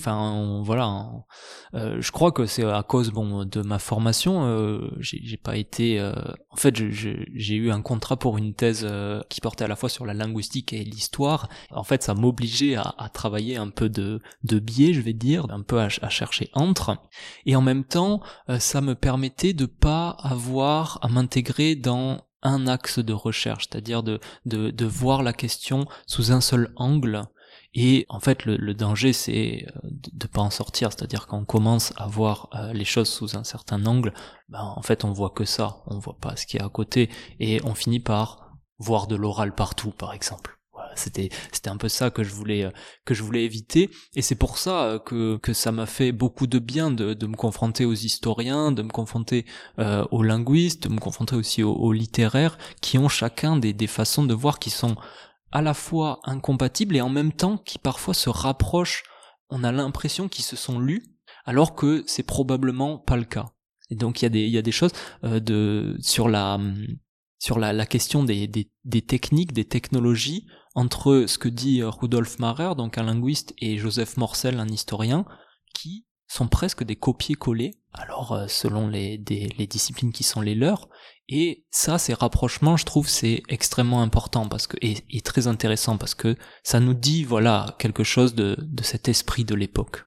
je crois que c'est à cause de ma formation, j'ai pas été en fait j'ai eu un contrat pour une thèse qui portait à la fois sur la linguistique et l'histoire. En fait, ça m'obligeait à travailler un peu de biais, je vais dire, un peu à chercher entre, et en même temps ça me permettait de pas avoir à m'intégrer dans un axe de recherche, c'est-à-dire de voir la question sous un seul angle. Et en fait, le danger, c'est de pas en sortir, c'est-à-dire quand on commence à voir les choses sous un certain angle, en fait, on voit que ça, on voit pas ce qui est à côté, et on finit par voir de l'oral partout, par exemple. Voilà, c'était un peu ça que je voulais éviter, et c'est pour ça que ça m'a fait beaucoup de bien de me confronter aux historiens, de me confronter aux linguistes, de me confronter aussi aux littéraires, qui ont chacun des façons de voir qui sont à la fois incompatibles et en même temps qui parfois se rapprochent. On a l'impression qu'ils se sont lus, alors que c'est probablement pas le cas. Et donc il y a des choses sur la question des techniques, des technologies, entre ce que dit Rudolf Mahrer, donc un linguiste, et Joseph Morcel, un historien, qui sont presque des copier-coller, alors selon les disciplines qui sont les leurs. Et ça, ces rapprochements, je trouve, c'est extrêmement important et très intéressant, parce que ça nous dit, voilà, quelque chose de cet esprit de l'époque.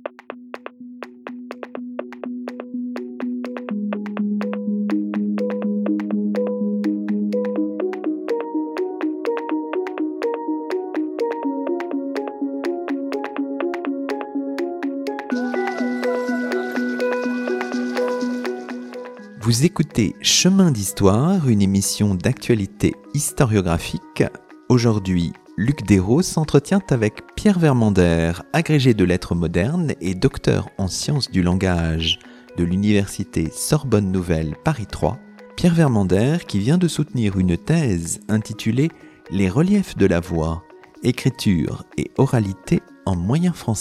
Vous écoutez Chemin d'Histoire, une émission d'actualité historiographique. Aujourd'hui, Luc Dérault s'entretient avec Pierre Vermander, agrégé de lettres modernes et docteur en sciences du langage de l'université Sorbonne Nouvelle Paris 3. Pierre Vermander qui vient de soutenir une thèse intitulée « Les reliefs de la voix, écriture et oralité en moyen français ».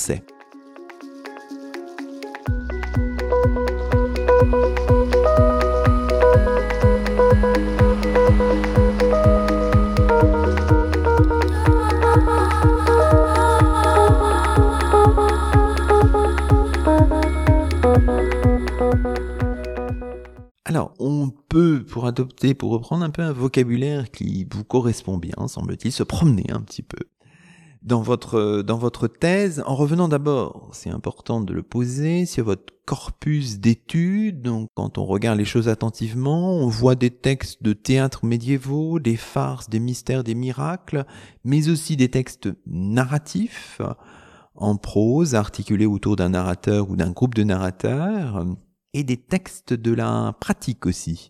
Alors, on peut, pour reprendre un peu un vocabulaire qui vous correspond bien, semble-t-il, se promener un petit peu dans votre thèse, en revenant d'abord, c'est important de le poser, sur votre corpus d'études. Donc, quand on regarde les choses attentivement, on voit des textes de théâtre médiévaux, des farces, des mystères, des miracles, mais aussi des textes narratifs, en prose, articulés autour d'un narrateur ou d'un groupe de narrateurs, et des textes de la pratique aussi.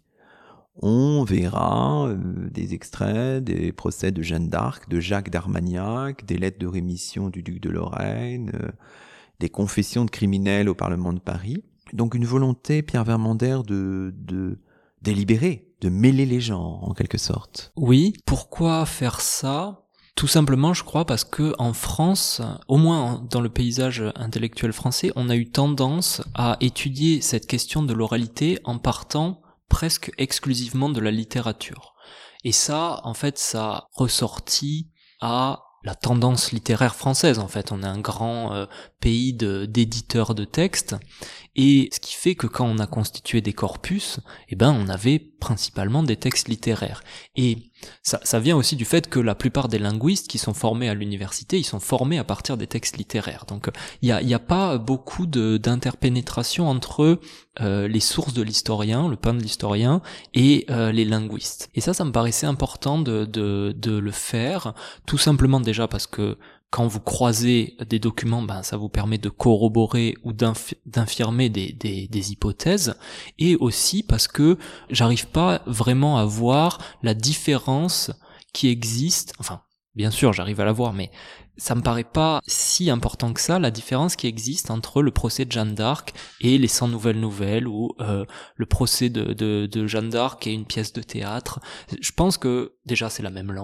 On verra des extraits des procès de Jeanne d'Arc, de Jacques d'Armagnac, des lettres de rémission du duc de Lorraine, des confessions de criminels au Parlement de Paris. Donc une volonté, Pierre Vermander, de délibérer, de mêler les genres en quelque sorte. Oui, pourquoi faire ça ? Tout simplement, je crois, parce que en France, au moins dans le paysage intellectuel français, on a eu tendance à étudier cette question de l'oralité en partant presque exclusivement de la littérature. Et ça, en fait, ça ressortit à la tendance littéraire française. En fait, on est un grand pays d'éditeurs de textes, et ce qui fait que quand on a constitué des corpus, on avait principalement des textes littéraires. Et ça vient aussi du fait que la plupart des linguistes qui sont formés à l'université, ils sont formés à partir des textes littéraires. Donc il y a pas beaucoup d'interpénétration entre les sources de l'historien, le pain de l'historien, et les linguistes. Et ça me paraissait important de le faire, tout simplement déjà parce que quand vous croisez des documents, ça vous permet de corroborer ou d'infirmer des hypothèses, et aussi parce que j'arrive pas vraiment à voir la différence qui existe. Enfin, bien sûr, j'arrive à la voir, mais ça me paraît pas si important que ça, la différence qui existe entre le procès de Jeanne d'Arc et les 100 nouvelles, ou le procès de Jeanne d'Arc et une pièce de théâtre. Je pense que déjà c'est la même langue.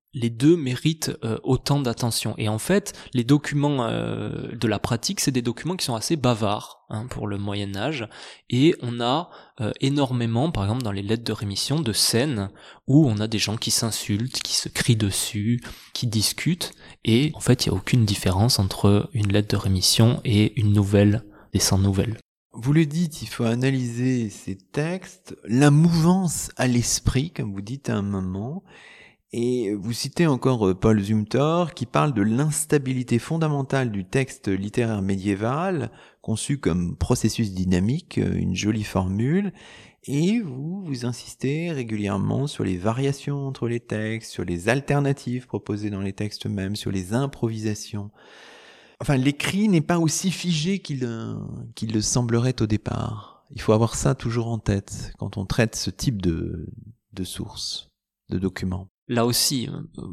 les deux méritent autant d'attention. Et en fait, les documents de la pratique, c'est des documents qui sont assez bavards pour le Moyen-Âge. Et on a énormément, par exemple dans les lettres de rémission, de scènes où on a des gens qui s'insultent, qui se crient dessus, qui discutent. Et en fait, il n'y a aucune différence entre une lettre de rémission et une nouvelle des 100 nouvelles. Vous le dites, il faut analyser ces textes, la mouvance à l'esprit, comme vous dites à un moment. Et vous citez encore Paul Zumthor qui parle de l'instabilité fondamentale du texte littéraire médiéval, conçu comme processus dynamique, une jolie formule, et vous insistez régulièrement sur les variations entre les textes, sur les alternatives proposées dans les textes mêmes, sur les improvisations. Enfin, l'écrit n'est pas aussi figé qu'il le semblerait au départ. Il faut avoir ça toujours en tête quand on traite ce type de sources, de documents. Là aussi,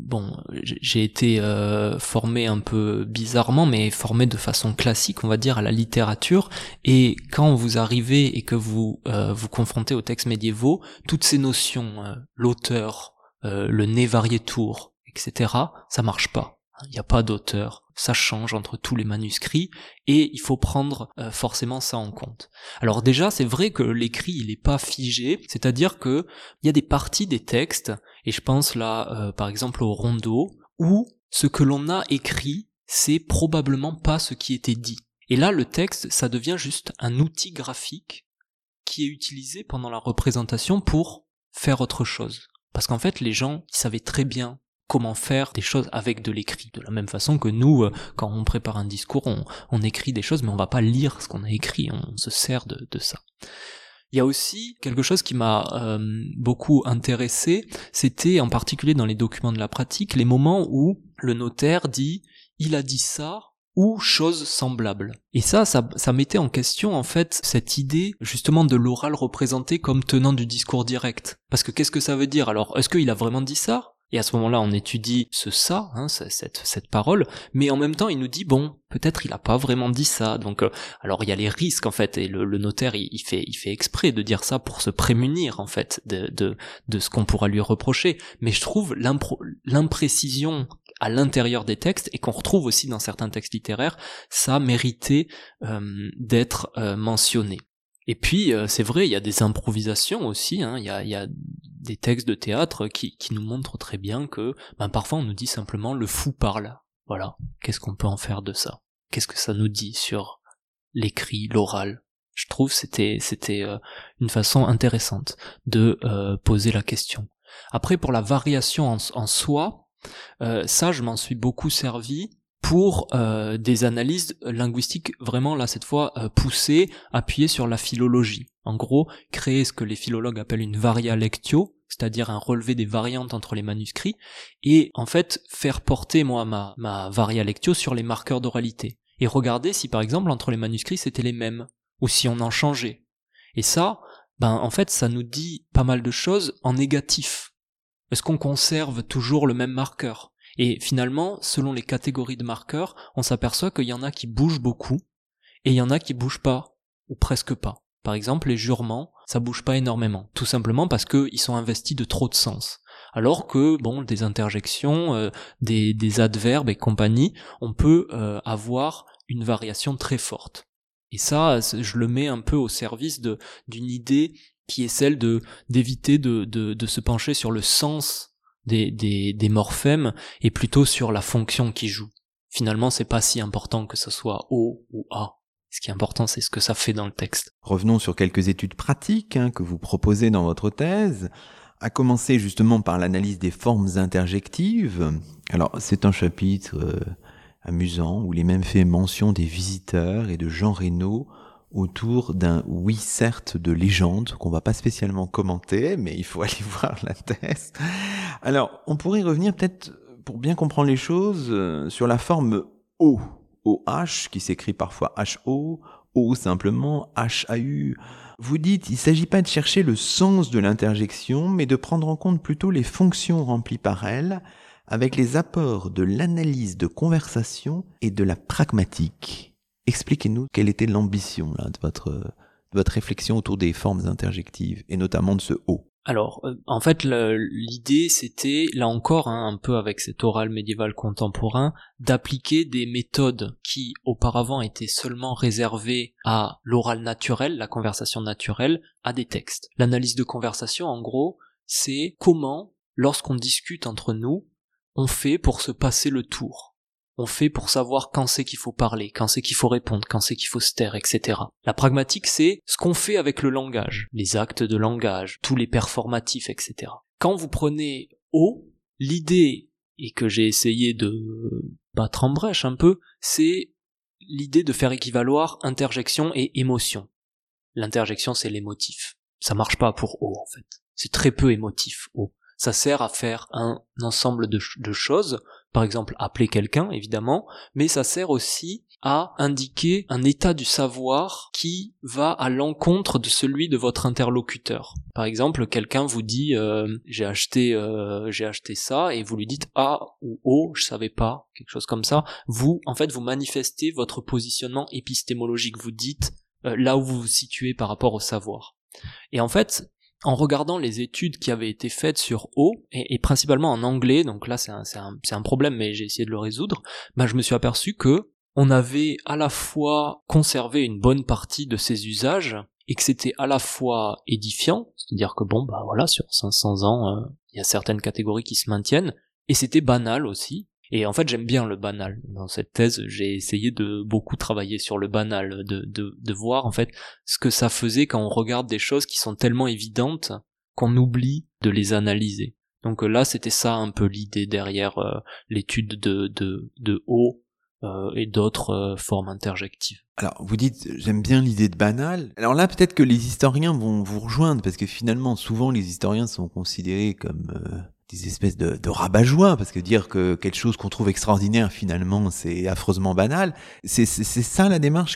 j'ai été formé un peu bizarrement, mais formé de façon classique, on va dire, à la littérature. Et quand vous arrivez et que vous vous confrontez aux textes médiévaux, toutes ces notions, l'auteur, le ne varietur, etc., ça marche pas. Il n'y a pas d'auteur, ça change entre tous les manuscrits et il faut prendre forcément ça en compte. Alors déjà, c'est vrai que l'écrit il est pas figé, c'est-à-dire que il y a des parties des textes, et je pense là par exemple au Rondeau, où ce que l'on a écrit, c'est probablement pas ce qui était dit. Et là, le texte, ça devient juste un outil graphique qui est utilisé pendant la représentation pour faire autre chose. Parce qu'en fait, les gens, ils savaient très bien comment faire des choses avec de l'écrit. De la même façon que nous, quand on prépare un discours, on écrit des choses, mais on va pas lire ce qu'on a écrit, on se sert de ça. Il y a aussi quelque chose qui m'a beaucoup intéressé, c'était en particulier dans les documents de la pratique, les moments où le notaire dit « il a dit ça » ou « chose semblable ». Et ça mettait en question en fait cette idée justement de l'oral représenté comme tenant du discours direct. Parce que qu'est-ce que ça veut dire alors ? Est-ce qu'il a vraiment dit ça ? Et à ce moment-là, on étudie cette parole, mais en même temps, il nous dit, bon, peut-être il a pas vraiment dit ça. Donc, alors il y a les risques, en fait, et le notaire, il fait exprès de dire ça pour se prémunir, en fait, de ce qu'on pourra lui reprocher. Mais je trouve l'imprécision à l'intérieur des textes, et qu'on retrouve aussi dans certains textes littéraires, ça méritait d'être mentionné. Et puis, c'est vrai, il y a des improvisations aussi, il y a des textes de théâtre qui nous montrent très bien que parfois on nous dit simplement le fou parle. Voilà, qu'est-ce qu'on peut en faire de ça ? Qu'est-ce que ça nous dit sur l'écrit, l'oral ? Je trouve que c'était une façon intéressante de poser la question. Après, pour la variation en soi, ça je m'en suis beaucoup servi pour des analyses linguistiques vraiment là cette fois poussées, appuyées sur la philologie. En gros, créer ce que les philologues appellent une varia lectio, c'est-à-dire un relevé des variantes entre les manuscrits, et en fait faire porter moi ma varia lectio sur les marqueurs d'oralité, et regarder si par exemple entre les manuscrits c'était les mêmes, ou si on en changeait. Et ça, en fait ça nous dit pas mal de choses en négatif. Est-ce qu'on conserve toujours le même marqueur ? Et finalement, selon les catégories de marqueurs, on s'aperçoit qu'il y en a qui bougent beaucoup, et il y en a qui bougent pas, ou presque pas. Par exemple, les jurements, ça bouge pas énormément, tout simplement parce qu'ils sont investis de trop de sens. Alors que, des interjections, des adverbes et compagnie, on peut avoir une variation très forte. Et ça, je le mets un peu au service d'une idée qui est celle d'éviter de se pencher sur le sens des morphèmes et plutôt sur la fonction qui joue. Finalement, c'est pas si important que ce soit O ou A. Ce qui est important, c'est ce que ça fait dans le texte. Revenons sur quelques études pratiques que vous proposez dans votre thèse, à commencer justement par l'analyse des formes interjectives. Alors, c'est un chapitre amusant où il est même fait mention des visiteurs et de Jean Reynaud autour d'un oui certes de légende qu'on va pas spécialement commenter, mais il faut aller voir la thèse. Alors, on pourrait revenir peut-être, pour bien comprendre les choses, sur la forme O, OH, qui s'écrit parfois HO, O simplement, HAU. Vous dites, il ne s'agit pas de chercher le sens de l'interjection, mais de prendre en compte plutôt les fonctions remplies par elle, avec les apports de l'analyse de conversation et de la pragmatique. Expliquez-nous quelle était l'ambition là, de votre réflexion autour des formes interjectives, et notamment de ce O. Alors, en fait, l'idée, c'était, là encore, un peu avec cet oral médiéval contemporain, d'appliquer des méthodes qui, auparavant, étaient seulement réservées à l'oral naturel, la conversation naturelle, à des textes. L'analyse de conversation, en gros, c'est comment, lorsqu'on discute entre nous, on fait pour se passer le tour. On fait pour savoir quand c'est qu'il faut parler, quand c'est qu'il faut répondre, quand c'est qu'il faut se taire, etc. La pragmatique, c'est ce qu'on fait avec le langage, les actes de langage, tous les performatifs, etc. Quand vous prenez O, l'idée, et que j'ai essayé de battre en brèche un peu, c'est l'idée de faire équivaloir interjection et émotion. L'interjection, c'est l'émotif. Ça marche pas pour O, en fait. C'est très peu émotif, O. Ça sert à faire un ensemble de choses, par exemple appeler quelqu'un évidemment, mais ça sert aussi à indiquer un état du savoir qui va à l'encontre de celui de votre interlocuteur. Par exemple, quelqu'un vous dit j'ai acheté ça, et vous lui dites ah ou oh, je savais pas, quelque chose comme ça. Vous, en fait, vous manifestez votre positionnement épistémologique, vous dites là où vous vous situez par rapport au savoir. Et en fait, en regardant les études qui avaient été faites sur O, et principalement en anglais, donc là c'est un problème, mais j'ai essayé de le résoudre, je me suis aperçu que on avait à la fois conservé une bonne partie de ces usages, et que c'était à la fois édifiant, c'est-à-dire que voilà, sur 500 ans, il y a certaines catégories qui se maintiennent, et c'était banal aussi. Et en fait, j'aime bien le banal. Dans cette thèse, j'ai essayé de beaucoup travailler sur le banal, de voir en fait ce que ça faisait quand on regarde des choses qui sont tellement évidentes qu'on oublie de les analyser. Donc là, c'était ça un peu l'idée derrière l'étude de O et d'autres formes interjectives. Alors, vous dites, j'aime bien l'idée de banal. Alors là, peut-être que les historiens vont vous rejoindre, parce que finalement, souvent, les historiens sont considérés comme des espèces de rabat-joie, parce que dire que quelque chose qu'on trouve extraordinaire, finalement, c'est affreusement banal. C'est ça la démarche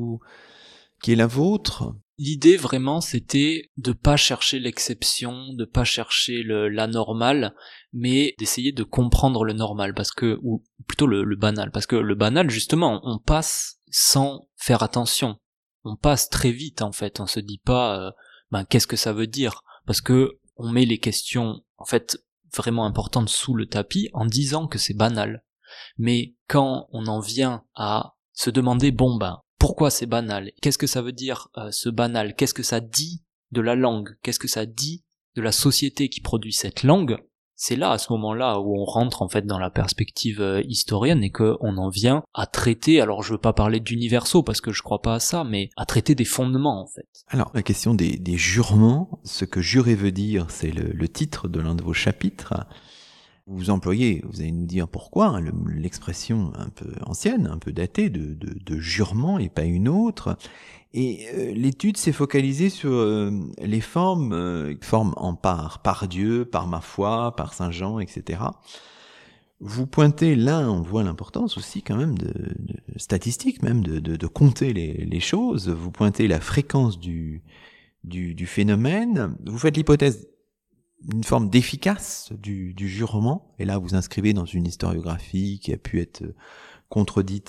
qui est la vôtre? L'idée vraiment, c'était de pas chercher l'exception, de pas chercher l'anormal, mais d'essayer de comprendre le normal, ou plutôt le banal, parce que le banal, justement, on passe sans faire attention. On passe très vite, en fait. On se dit pas, qu'est-ce que ça veut dire? Parce que on met les questions, en fait, vraiment importantes sous le tapis en disant que c'est banal. Mais quand on en vient à se demander, pourquoi c'est banal? Qu'est-ce que ça veut dire ce banal? Qu'est-ce que ça dit de la langue? Qu'est-ce que ça dit de la société qui produit cette langue? C'est là, à ce moment-là, où on rentre en fait dans la perspective historienne et qu'on en vient à traiter, alors je veux pas parler d'universaux parce que je crois pas à ça, mais à traiter des fondements en fait. Alors, la question des jurements, ce que jurer veut dire, c'est le titre de l'un de vos chapitres. Vous allez nous dire pourquoi, l'expression un peu ancienne, un peu datée de jurement et pas une autre. Et l'étude s'est focalisée sur les formes en par Dieu, par ma foi, par Saint Jean, etc. Vous pointez là, on voit l'importance aussi quand même de statistiques, même de compter les choses. Vous pointez la fréquence du phénomène. Vous faites l'hypothèse une forme d'efficace du jurement, et là vous inscrivez dans une historiographie qui a pu être contredite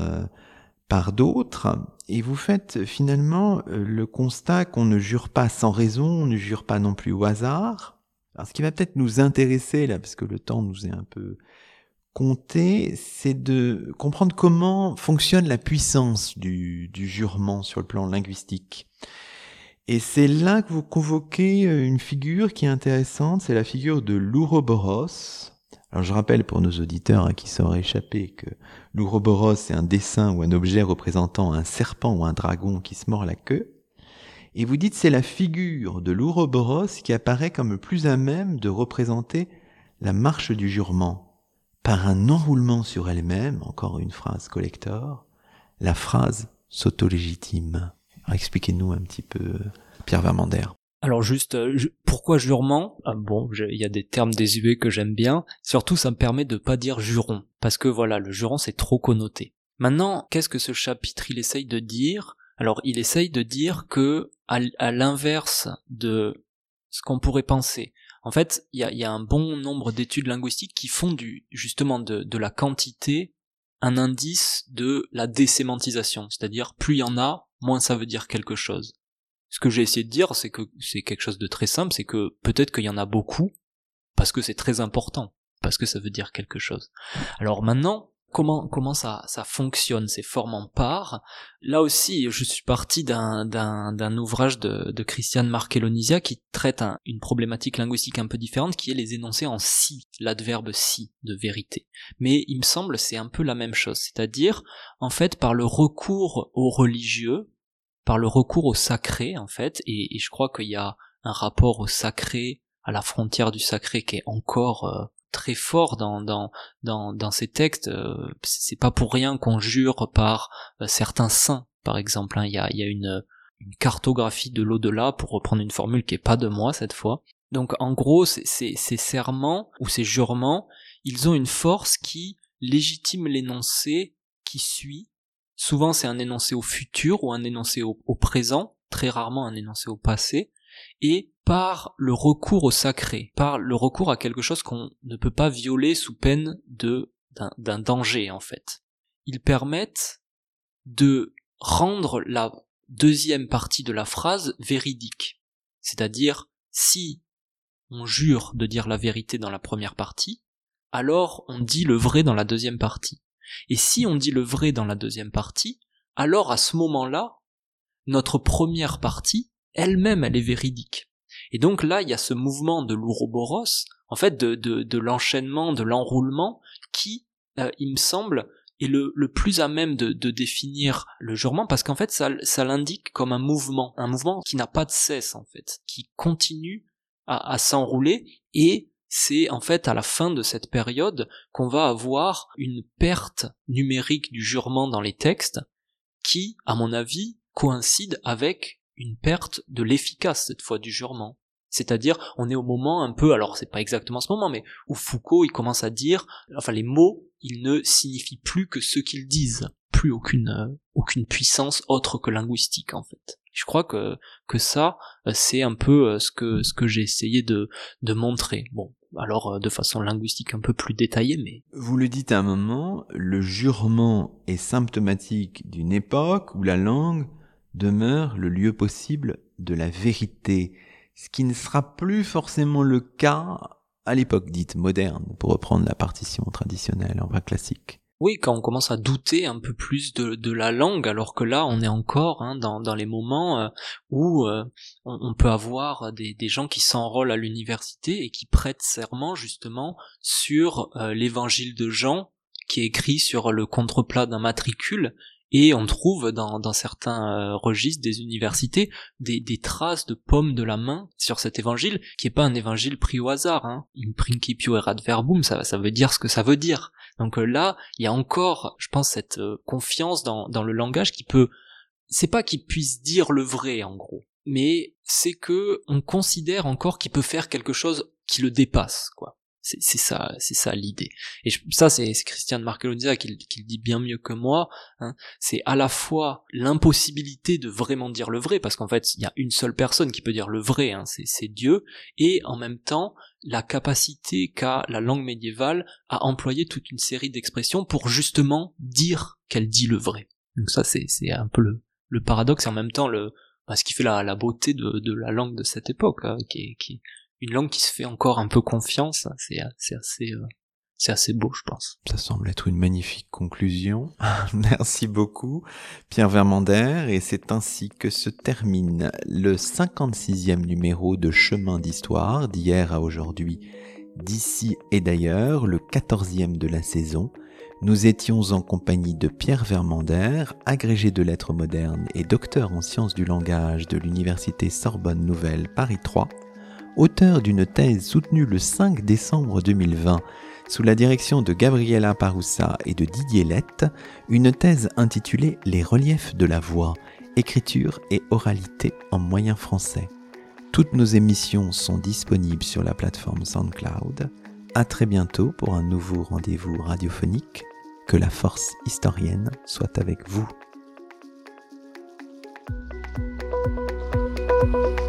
par d'autres, et vous faites finalement le constat qu'on ne jure pas sans raison, on ne jure pas non plus au hasard. Alors ce qui va peut-être nous intéresser là, parce que le temps nous est un peu compté, c'est de comprendre comment fonctionne la puissance du jurement sur le plan linguistique. Et c'est là que vous convoquez une figure qui est intéressante, c'est la figure de l'Ouroboros. Alors je rappelle pour nos auditeurs qui sauraient échapper que l'Ouroboros c'est un dessin ou un objet représentant un serpent ou un dragon qui se mord la queue. Et vous dites c'est la figure de l'Ouroboros qui apparaît comme le plus à même de représenter la marche du jurement. Par un enroulement sur elle-même, encore une phrase collector, la phrase s'auto-légitime. Alors, expliquez-nous un petit peu, Pierre Vermander. Alors juste, pourquoi jurement? Il y a des termes désuets que j'aime bien. Surtout, ça me permet de pas dire juron, parce que voilà, le juron c'est trop connoté. Maintenant, qu'est-ce que ce chapitre il essaye de dire? Alors, il essaye de dire que, à l'inverse de ce qu'on pourrait penser, en fait, il y a un bon nombre d'études linguistiques qui font justement de la quantité un indice de la désémantisation, c'est-à-dire plus il y en a, moins ça veut dire quelque chose. Ce que j'ai essayé de dire, c'est que c'est quelque chose de très simple, c'est que peut-être qu'il y en a beaucoup, parce que c'est très important, parce que ça veut dire quelque chose. Alors maintenant, comment ça fonctionne, ces formes en part? Là aussi, je suis parti d'un ouvrage de Christiane Marchellonisia qui traite une problématique linguistique un peu différente, qui est les énoncés en si, l'adverbe si de vérité. Mais il me semble c'est un peu la même chose, c'est-à-dire en fait par le recours au religieux, par le recours au sacré en fait, et je crois qu'il y a un rapport au sacré, à la frontière du sacré qui est encore très fort dans ces textes. C'est pas pour rien qu'on jure par certains saints, par exemple. Il y a une cartographie de l'au-delà, pour reprendre une formule qui est pas de moi cette fois. Donc en gros, ces serments ou ces jurements, ils ont une force qui légitime l'énoncé qui suit. Souvent c'est un énoncé au futur ou un énoncé au présent, très rarement un énoncé au passé, et par le recours au sacré, par le recours à quelque chose qu'on ne peut pas violer sous peine d'un danger en fait. Ils permettent de rendre la deuxième partie de la phrase véridique. C'est-à-dire, si on jure de dire la vérité dans la première partie, alors on dit le vrai dans la deuxième partie. Et si on dit le vrai dans la deuxième partie, alors à ce moment-là, notre première partie, elle-même, elle est véridique. Et donc là, il y a ce mouvement de l'ouroboros, en fait, de l'enchaînement, de l'enroulement, qui, il me semble, est le plus à même de définir le jurement, parce qu'en fait, ça l'indique comme un mouvement qui n'a pas de cesse, en fait, qui continue à s'enrouler, et c'est en fait à la fin de cette période qu'on va avoir une perte numérique du jurement dans les textes, qui, à mon avis, coïncide avec une perte de l'efficace cette fois du jurement. C'est-à-dire, on est au moment un peu, alors c'est pas exactement ce moment, mais où Foucault, il commence à dire, enfin les mots, ils ne signifient plus que ce qu'ils disent, plus aucune puissance autre que linguistique en fait. Je crois que ça, c'est un peu ce que j'ai essayé de montrer. Bon, alors de façon linguistique un peu plus détaillée, mais... Vous le dites à un moment, le jurement est symptomatique d'une époque où la langue demeure le lieu possible de la vérité, ce qui ne sera plus forcément le cas à l'époque dite moderne, pour reprendre la partition traditionnelle en voix classique. Oui, quand on commence à douter un peu plus de la langue, alors que là, on est encore dans les moments où on peut avoir des gens qui s'enrôlent à l'université et qui prêtent serment justement sur l'évangile de Jean, qui est écrit sur le contreplat d'un matricule, et on trouve dans certains registres des universités des traces de paume de la main sur cet évangile, qui est pas un évangile pris au hasard, in principio erat verbum, ça veut dire ce que ça veut dire. Donc là, il y a encore, je pense, cette confiance dans le langage qui peut, c'est pas qu'il puisse dire le vrai en gros, mais c'est que on considère encore qu'il peut faire quelque chose qui le dépasse, quoi. C'est ça l'idée. Et ça, c'est Christiane Marchellonisia qui le dit bien mieux que moi. C'est à la fois l'impossibilité de vraiment dire le vrai, parce qu'en fait, il y a une seule personne qui peut dire le vrai, c'est Dieu, et en même temps, la capacité qu'a la langue médiévale à employer toute une série d'expressions pour justement dire qu'elle dit le vrai. Donc ça, c'est un peu le paradoxe, et en même temps ce qui fait la beauté de la langue de cette époque, qui est une langue qui se fait encore un peu confiance. C'est assez beau, je pense. Ça semble être une magnifique conclusion. Merci beaucoup, Pierre Vermandaire, et c'est ainsi que se termine le 56e numéro de Chemin d'Histoire, d'hier à aujourd'hui, d'ici et d'ailleurs, le 14e de la saison. Nous étions en compagnie de Pierre Vermandaire, agrégé de lettres modernes et docteur en sciences du langage de l'université Sorbonne Nouvelle Paris 3, auteur d'une thèse soutenue le 5 décembre 2020 sous la direction de Gabriela Paroussa et de Didier Lette, une thèse intitulée « Les reliefs de la voix, écriture et oralité en moyen français ». Toutes nos émissions sont disponibles sur la plateforme SoundCloud. À très bientôt pour un nouveau rendez-vous radiophonique. Que la force historienne soit avec vous.